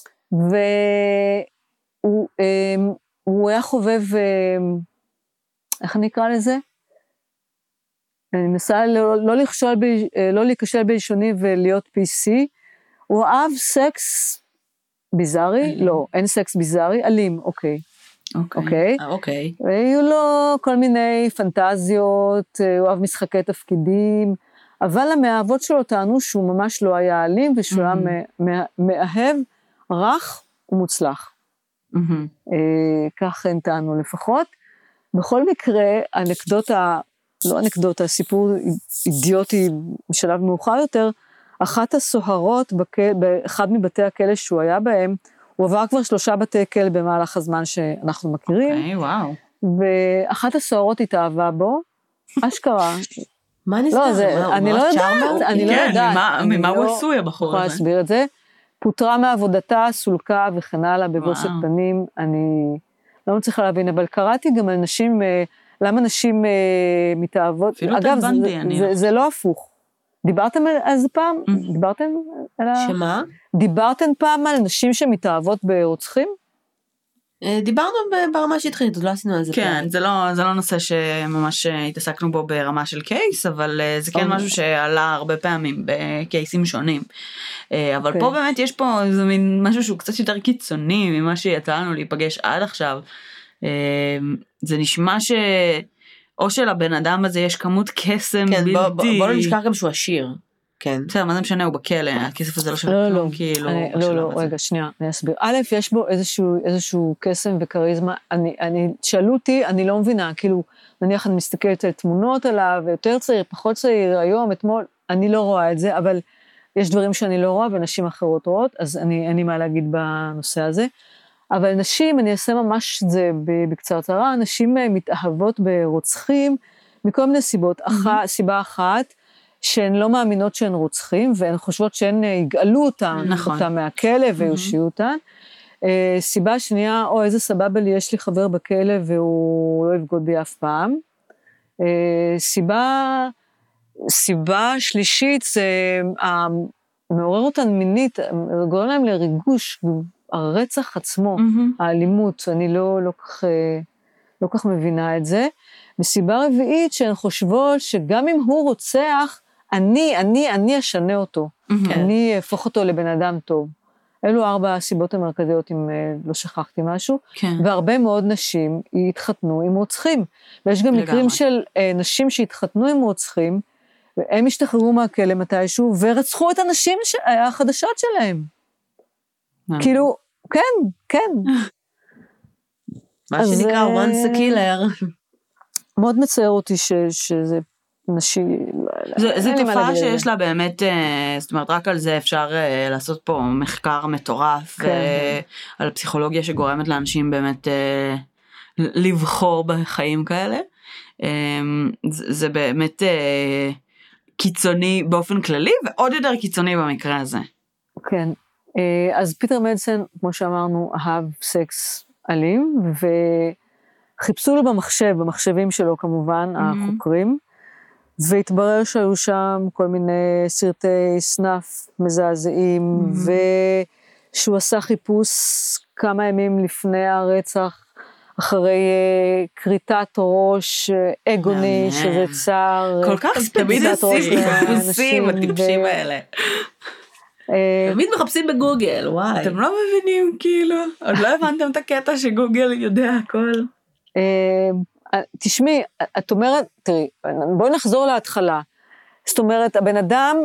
והוא הוא היה חובב, איך נקרא לזה? אני מנסה לא, לא, לכשול, לא להיכשל בלשוני ולהיות פי סי, הוא אהב סקס ביזארי, אלים. לא, אין סקס ביזארי, אלים, אוקיי. אוקיי. אוקיי. אוקיי. והיו לו כל מיני פנטזיות, הוא אהב משחקי תפקידים, אבל המאהבות שלו טענו שהוא ממש לא היה אלים, ושהוא היה מאהב, רך ומוצלח. כך הן טענו לפחות. בכל מקרה, אנקדוטה, לא אנקדוטה, סיפור אידיוטי בשלב מאוחר יותר, אחת הסוהרות בכל, באחד מבתי הכלא שהוא היה בהם, הוא עבר כבר שלושה בתי כלא במהלך הזמן שאנחנו מכירים. אוקיי, וואו. ואחת הסוהרות התאהבה בו, אשכרה. מה נסגר? לא, זה, אני לא יודעת, אני לא כן, יודעת. ממה- אני ממה הוא לא עשוי הבחור יכולה הזה? להסביר את זה. פוטרה מעבודתה, סולקה וכן הלאה בבושת וואו. פנים, אני לא מצליחה להבין, אבל קראתי גם על נשים, אה, למה נשים אה, מתאהבות, אפילו אגב, טד זה- בנדי, אני זה- לא- זה לא הפוך. דיברתם על על זה פעם? Mm. דיברתם על ה... שמה? דיברתם פעם על נשים שמתאהבות ברוצחים? אה, דיברנו ב- ברמה שהתחילת, עוד לא עשינו על זה. כן, פרק. זה לא, זה לא נושא שממש אה, התעסקנו בו ברמה של קייס, אבל אה, זה כן אוקיי. משהו שעלה הרבה פעמים בקייסים שונים. אה, אבל אוקיי. פה באמת יש פה איזה מין משהו שהוא קצת יותר קיצוני ממה שיצא לנו להיפגש עד עכשיו. אה, זה נשמע ש... או שלבן אדם הזה יש כמות קסם כן, בלתי... בוא- בוא בוא לא נשכח גם שהוא עשיר. כן. בסדר, מה זה משנה, הוא בכלא, הכסף הזה לא שווה לא, לא, כלום, כאילו, אני- לא, בשלב לא, הזה. רגע, שנייה, אני אסביר. א', יש בו איזשהו, איזשהו קסם וכריזמה, אני, אני, שאלו אותי, אני לא מבינה, כאילו, נניח אני מסתכלת על תמונות עליו, יותר צעיר, פחות צעיר, היום, אתמול, אני לא רואה את זה, אבל יש דברים שאני לא רואה, ונשים אחרות רואות, אז אני, אין לי מה להגיד בנושא הזה. אבל נשים, אני אעשה ממש את זה בקצרצרה, נשים אה, מתאהבות ברוצחים, מכל מיני סיבות. אח, סיבה אחת, שהן לא מאמינות שהן רוצחים, והן חושבות שהן אה, יגאלו אותן, נכון. אותן מהכלא ויושיעו אותן. אה, סיבה שנייה, או איזה סבבה לי, יש לי חבר בכלא והוא לא יבגוד בי אף פעם. אה, סיבה, סיבה שלישית, זה אה, מעורר אותן מינית, גורם להם לריגוש, הרצח עצמו, מהמם. האלימות, אני לא, לא כך, אה, לא כך מבינה את זה. וסיבה רביעית שהן חושבות שגם אם הוא רוצח, אני, אני, אני אשנה אותו. מהמם. אני אהפוך אותו לבן אדם טוב. אלו ארבע הסיבות המרכזיות, אם אה, לא שכחתי משהו. כן. והרבה מאוד נשים התחתנו עם רוצחים. ויש גם לגמרי. מקרים של אה, נשים שהתחתנו עם רוצחים, והם השתחררו מהכלא מתישהו, ורצחו את הנשים ש... החדשות שלהם. אה. כאילו, כן, כן. מה אז, שנקרא אה, once a killer. מאוד מצער אותי ש, שזה נשים... זה, זה אין לי מה תופעה להגיד על שיש זה. לה באמת, אה, זאת אומרת, רק על זה אפשר אה, לעשות פה מחקר מטורף, כן. אה, על פסיכולוגיה שגורמת לאנשים באמת אה, לבחור בחיים כאלה. אה, זה, זה באמת אה, קיצוני באופן כללי, ועוד יותר קיצוני במקרה הזה. כן. אה, אז פיטר מדסן, כמו שאמרנו, אהב סקס אלים, וחיפשו לו במחשב, במחשבים שלו כמובן, החוקרים, והתברר שהיו שם כל מיני סרטי סנאף מזעזעים, ושהוא עשה חיפוש כמה ימים לפני הרצח, אחרי אה, קריטת ראש אה, אגוני, מהמם. שזה צער. כל כך תמיד ספציפי, עושים לאנשים, חיפושים הטיפשים ו- האלה. אה, תמיד מחפשים בגוגל, וואי. אתם לא מבינים, כאילו, עוד לא הבנתם את הקטע שגוגל יודע הכל. אה, תשמעי, את אומרת, תראי, בואי נחזור להתחלה. זאת אומרת, הבן אדם,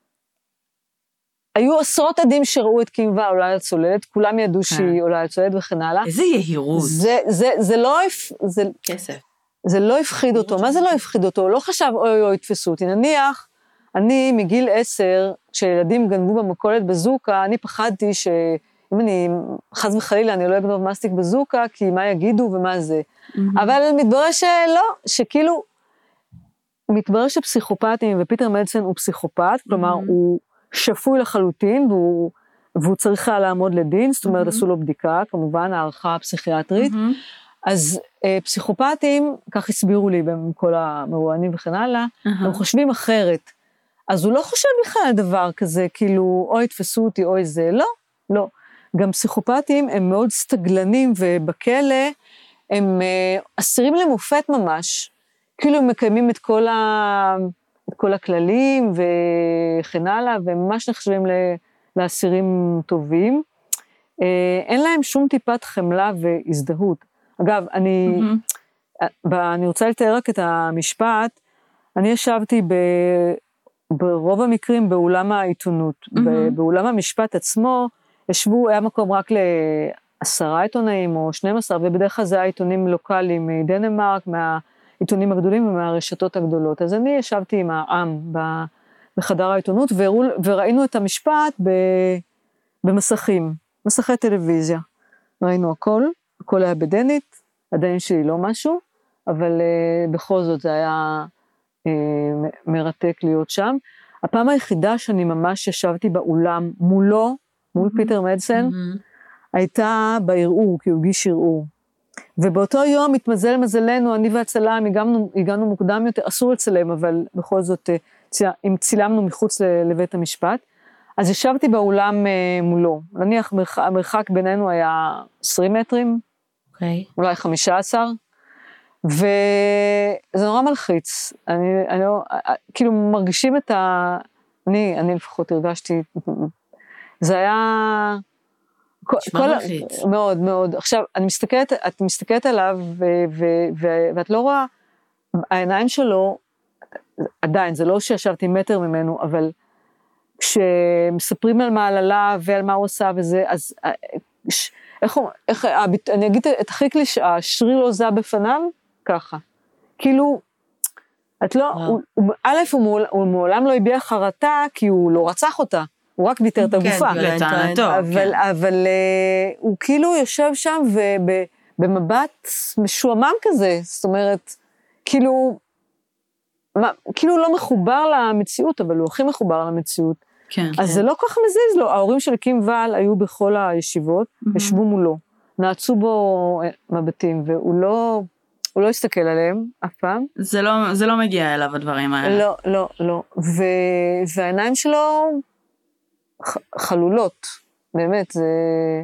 היו עשרות עדים שראו את קימבה עולה על צוללת, כולם ידעו שהיא עולה על צוללת וכן הלאה. איזה יהירות. זה, זה, זה לא, הפ- זה, כסף. זה לא הפחיד אותו. מה זה לא הפחיד אותו? הוא לא חשב, אוי אוי, תפסו אותי. נניח, אני מגיל עשר, כשילדים גנבו במכולת בזוקה, אני פחדתי שאם אני, חס וחלילה, אני לא אגנוב מסטיק בזוקה, כי מה יגידו ומה זה. אבל מתברר שלא, שכאילו, מתברר שפסיכופטים, ופיטר מדסן הוא פסיכופט, כלומר, הוא שפוי לחלוטין, והוא, והוא צריך היה לעמוד לדין, זאת אומרת, עשו לו בדיקה, כמובן, הערכה הפסיכיאטרית, אז אה, פסיכופטים, כך הסבירו לי בכל המרואיינים וכן הלאה, הם חושבים אחרת. אז הוא לא חושב בכלל על דבר כזה, כאילו, אוי, תפסו אותי, אוי זה, לא, לא. גם פסיכופטים הם מאוד סטגלנים, ובכלא הם אה, אסירים למופת ממש, כאילו הם מקיימים את כל, ה, את כל הכללים וכן הלאה, והם ממש נחשבים ל, לאסירים טובים. אה, אין להם שום טיפת חמלה והזדהות. אגב, אני, ב, אני רוצה לתאר רק את המשפט, אני ישבתי ב... ברוב המקרים באולם העיתונות, mm-hmm. באולם המשפט עצמו, ישבו, היה מקום רק לעשרה עיתונאים או שנים עשר, ובדרך כלל זה היה עיתונים לוקאליים מדנמרק, מהעיתונים הגדולים ומהרשתות הגדולות. אז אני ישבתי עם העם בחדר העיתונות, והראו, וראינו את המשפט ב, במסכים, מסכי טלוויזיה. ראינו הכל, הכל היה בדנית, הדין שלי לא משהו, אבל uh, בכל זאת זה היה uh, מרתק להיות שם. הפעם היחידה שאני ממש ישבתי באולם מולו, מול mm-hmm. פיטר מדסן, mm-hmm. הייתה בערעור, כי הוא הגיש ערעור. ובאותו יום התמזל מזלנו, אני והצלם, הגענו, הגענו מוקדם יותר, אסור לצלם, אבל בכל זאת, אם צילמנו מחוץ לבית המשפט, אז ישבתי באולם מולו. נניח, המרחק בינינו היה עשרים מטרים, okay. אולי חמישה עשר, וזה נורא מלחיץ. אני, אני לא, כאילו מרגישים את ה... אני, אני לפחות הרגשתי, זה היה... נשמע מלחיץ. מאוד, מאוד. עכשיו, אני מסתכלת, את מסתכלת עליו, ו, ו, ו, ואת לא רואה, העיניים שלו, עדיין, זה לא שישבתי מטר ממנו, אבל כשמספרים על מעללה ועל מה הוא עושה וזה, אז איך, איך, אני אגיד את הכי קלישאה, השריר לא זע בפניו, ככה. כאילו, את לא, הוא, א', הוא, הוא מעולם לא הביע חרטה, כי הוא לא רצח אותה. הוא רק ביטר את הגופה. כן, לטענתו. אבל, כן. אבל uh, הוא כאילו יושב שם ובמבט משועמם כזה, זאת אומרת, כאילו, מה, כאילו הוא לא מחובר למציאות, אבל הוא הכי מחובר למציאות. כן. אז כן. זה לא כל כך מזיז לו. ההורים של קים ואל היו בכל הישיבות, mm-hmm. ישבו מולו, נעצו בו מבטים, והוא לא, הוא לא הסתכל עליהם אף פעם. זה לא, זה לא מגיע אליו הדברים האלה. לא, לא, לא. ו, והעיניים שלו... חלולות, באמת, זה...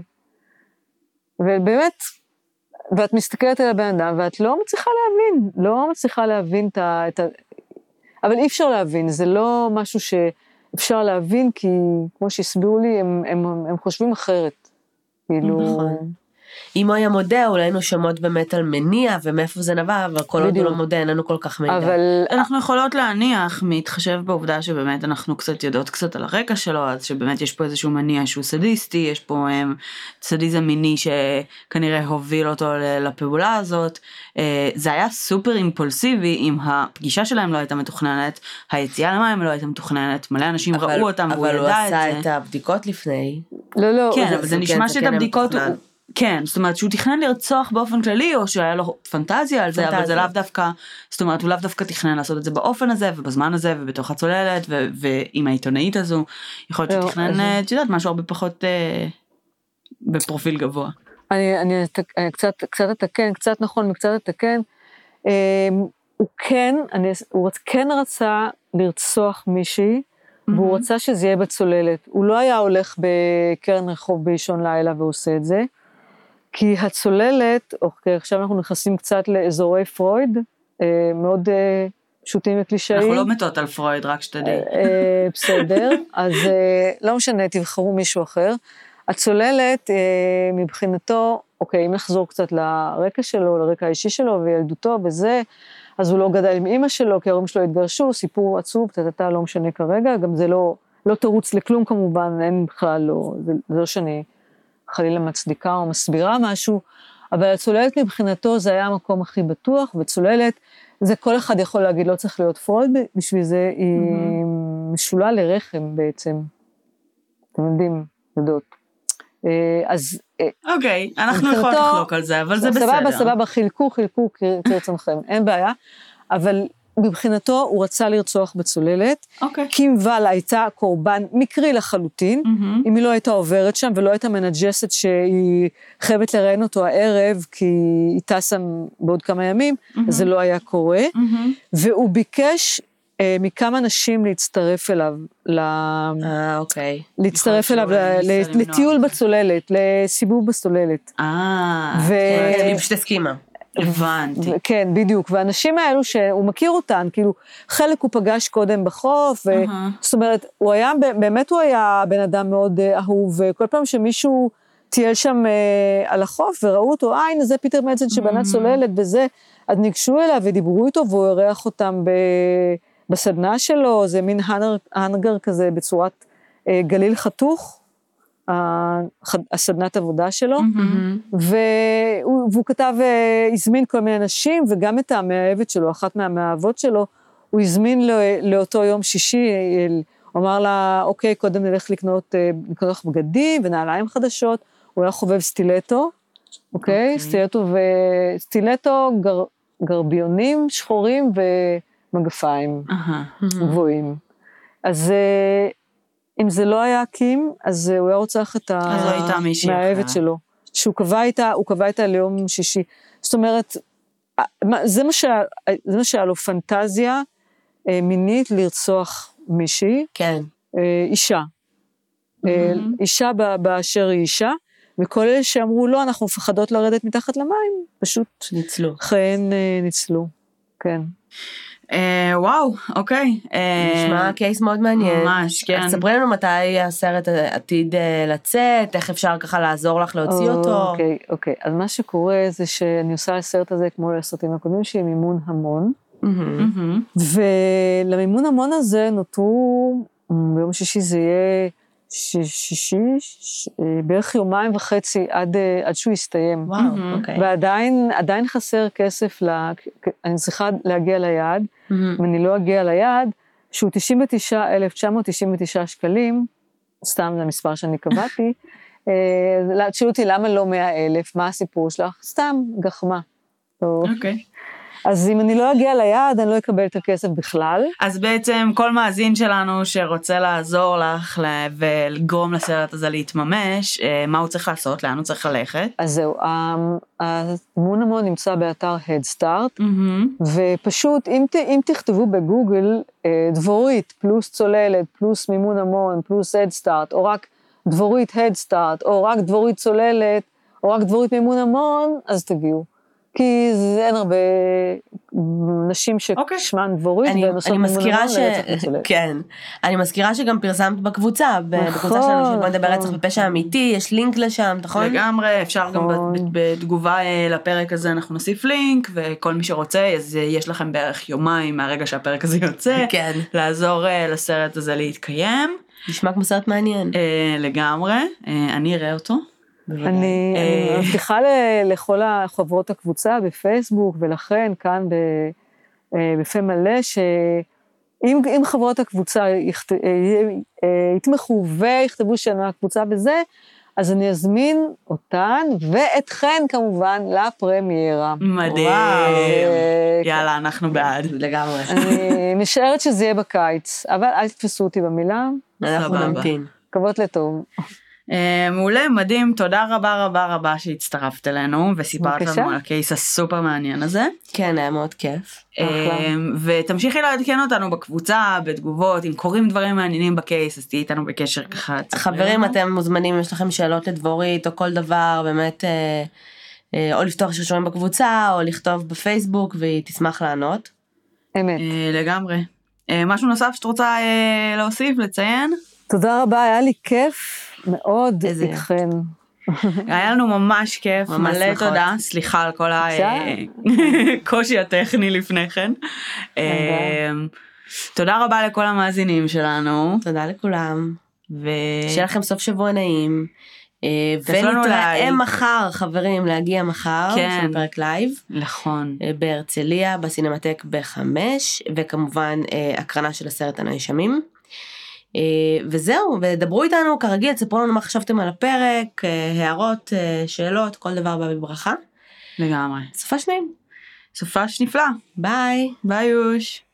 ובאמת, ואת מסתכלת על הבן אדם, ואת לא מצליחה להבין, לא מצליחה להבין את ה... את ה... אבל אי אפשר להבין, זה לא משהו שאפשר להבין, כי כמו שהסבירו לי, הם, הם, הם חושבים אחרת. כאילו... נכון. אם הוא היה מודה, אולי היינו שמות באמת על מניע, ומאיפה זה נבע, אבל כל עוד הוא לא מודה, אין לנו כל כך מידע. אבל... אנחנו יכולות להניח, מתחשב בעובדה שבאמת אנחנו קצת יודעות קצת על הרקע שלו, אז שבאמת יש פה איזשהו מניע שהוא סדיסטי, יש פה um, סדיזם מיני שכנראה הוביל אותו לפעולה הזאת. Uh, זה היה סופר אימפולסיבי, אם הפגישה שלהם לא הייתה מתוכננת, היציאה למים לא הייתה מתוכננת, מלא אנשים אבל, ראו אותם, והוא ידע את זה. אבל הוא עשה את הבדיקות לפני. לא, לא. כן, אבל זה נשמע שאת הבדיקות... כן, זאת אומרת שהוא תכנן לרצוח באופן כללי, או שהיה לו פנטזיה על זה, אבל זה לאו דווקא, זאת אומרת הוא לאו דווקא תכנן לעשות את זה באופן הזה, ובזמן הזה, ובתוך הצוללת, ועם העיתונאית הזו, יכול להיות שתכנן, את יודעת, משהו הרבה פחות בפרופיל גבוה. אני קצת אתקן, קצת נכון וקצת אתקן, הוא כן, הוא כן רצה לרצוח מישהי, והוא רצה שזה יהיה בצוללת, הוא לא היה הולך בקרן רחוב באישון לילה ועושה את זה, כי הצוללת, אוקיי, עכשיו אנחנו נכנסים קצת לאזורי פרויד, אה, מאוד אה, פשוטים וקלישאים. אנחנו לא מתות על פרויד, רק שתדעי. אה, בסדר, אז אה, לא משנה, תבחרו מישהו אחר. הצוללת, אה, מבחינתו, אוקיי, אם נחזור קצת לרקע שלו, לרקע האישי שלו וילדותו וזה, אז הוא לא גדל עם אמא שלו, כי ההורים שלו התגרשו, סיפור עצוב, תתתה לא משנה כרגע, גם זה לא, לא תירוץ לכלום כמובן, אין בכלל לא, זה, זה לא שאני חלילה מצדיקה או מסבירה משהו, אבל הצוללת מבחינתו זה היה המקום הכי בטוח, וצוללת, זה כל אחד יכול להגיד, לא צריך להיות פרויד, בשביל זה היא mm-hmm. משולה לרחם בעצם, אתם יודעים, יודעות. אז... אוקיי, אנחנו יכולים לחלוק על זה, אבל זה בסדר. סבבה, סבבה, חילקו, חילקו, כרצונכם, אין בעיה, אבל מבחינתו הוא רצה לרצוח בצוללת, קים ואל הייתה קורבן מקרי לחלוטין, אם היא לא הייתה עוברת שם, ולא הייתה מנג'סת שהיא חייבת לראיין אותו הערב, כי היא טסה בעוד כמה ימים, אז זה לא היה קורה, והוא ביקש מכמה נשים להצטרף אליו, אה, אוקיי. להצטרף אליו לטיול בצוללת, לסיבוב בצוללת. אה, אני פשוט הסכימה. הבנתי. כן, בדיוק, והאנשים האלו שהוא מכיר אותן, כאילו, חלק הוא פגש קודם בחוף, זאת אומרת, הוא היה, באמת הוא היה בן אדם מאוד אהוב, וכל פעם שמישהו טייל שם על החוף, וראו אותו, אה, הנה זה פיטר מדסן שבנה צוללת, וזה, אז ניגשו אליו ודיברו איתו, והוא ערך אותם ב... בסדנה שלו, זה מין הנגר כזה בצורת אה, גליל חתוך, הסדנת עבודה שלו, mm-hmm. והוא, והוא כתב, אה, הזמין כל מיני אנשים, וגם את המאהבת שלו, אחת מהמאהבות שלו, הוא הזמין לאותו יום שישי, הוא אמר לה, אוקיי, קודם נלך לקנות, לקנות לך בגדים ונעליים חדשות, הוא היה חובב סטילטו, אוקיי, okay. סטילטו וסטילטו, גר, גרביונים שחורים ומגפיים uh-huh. גבוהים. אז אם זה לא היה קים, אז הוא היה רוצה את המאהבת שלו, שהוא קבע איתה, הוא קבע איתה ליום שישי. זאת אומרת, זה מה שהיה, זה מה שהיה לו פנטזיה מינית לרצוח מישהי, כן. אישה. Mm-hmm. אישה באשר היא אישה, וכל אלה שאמרו לא, אנחנו מפחדות לרדת מתחת למים, פשוט ניצלו. חן נצלו, כן. וואו, אוקיי. נשמע קייס מאוד מעניין. ממש, כן. אז ספרי לנו מתי הסרט עתיד לצאת, איך אפשר ככה לעזור לך להוציא אותו. אוקיי, אוקיי. אז מה שקורה זה שאני עושה לסרט הזה, כמו לסרטים הקודמים, שהיא מימון המון, ולמימון המון הזה נותרו, ביום שישי זה יהיה שישי, בערך יומיים וחצי עד, עד שהוא יסתיים. וואו, אוקיי. ועדיין, עדיין חסר כסף, אני צריכה להגיע ליעד, ואני לא אגיע ליעד, שהוא תשעים ותשעה אלף תשע מאות תשעים ותשעה שקלים, סתם זה המספר שאני קבעתי, שאלו אותי למה לא מאה אלף, מה הסיפור שלך? סתם, גחמה. אוקיי. אז אם אני לא אגיע ליעד, אני לא אקבל את הכסף בכלל. אז בעצם כל מאזין שלנו שרוצה לעזור לך ולגרום לסרט הזה להתממש, מה הוא צריך לעשות? לאן הוא צריך ללכת? אז זהו, המימון המון נמצא באתר Head Start, ופשוט אם, אם תכתבו בגוגל דבורית פלוס צוללת פלוס מימון המון פלוס Head Start, או רק דבורית Head Start, או רק דבורית צוללת, או רק דבורית מימון המון, אז תגיעו. כי אין הרבה נשים ששמן דבורית, ונוסעות מימון המון לרצח מצוללת. כן, אני מזכירה שגם פרסמת בקבוצה, בקבוצה שלנו שבוא נדבר רצח בפשע אמיתי, יש לינק לשם, נכון? לגמרי, אפשר גם בתגובה לפרק הזה אנחנו נוסיף לינק, וכל מי שרוצה, אז יש לכם בערך יומיים מהרגע שהפרק הזה יוצא, לעזור לסרט הזה להתקיים. נשמע כמו סרט מעניין. לגמרי, אני אראה אותו. אני מבטיחה לכל החברות הקבוצה בפייסבוק, ולכן כאן בפה מלא, שאם חברות הקבוצה יתמכו ויכתבו שם הקבוצה בזה, אז אני אזמין אותן, ואתכן כמובן לפרמיירה. מדהים. יאללה, אנחנו בעד. לגמרי. אני משערת שזה יהיה בקיץ, אבל אל תתפסו אותי במילה. אנחנו נמתין. כבוד לטוב. מעולה, מדהים, תודה רבה רבה רבה שהצטרפת אלינו, וסיפרת לנו על הקייס הסופר מעניין הזה. כן, היה מאוד כיף. ותמשיכי לעדכן אותנו בקבוצה, בתגובות, אם קוראים דברים מעניינים בקייס, אז תהיי איתנו בקשר ככה. חברים, אתם מוזמנים, אם יש לכם שאלות לדבורית, או כל דבר, באמת, או לפתוח שרשומים בקבוצה, או לכתוב בפייסבוק, והיא תשמח לענות. אמת. לגמרי. משהו נוסף שאת רוצה להוסיף, לציין? תודה רבה, היה לי כיף. מאוד איתכן. היה לנו ממש כיף, מלא תודה, סליחה על כל הקושי הטכני לפני כן. תודה רבה לכל המאזינים שלנו. תודה לכולם. שיהיה לכם סוף שבוע נעים. ונתראה מחר, חברים, להגיע מחר, של פרק לייב. נכון. בהרצליה, בסינמטק בחמש, וכמובן הקרנה של הסרט הנאשמים. וזהו, ודברו איתנו כרגיל, תספרו לנו מה חשבתם על הפרק, הערות, שאלות, כל דבר בא בברכה. לגמרי. סופה שניים. סופה שנפלא. ביי. ביי יוש.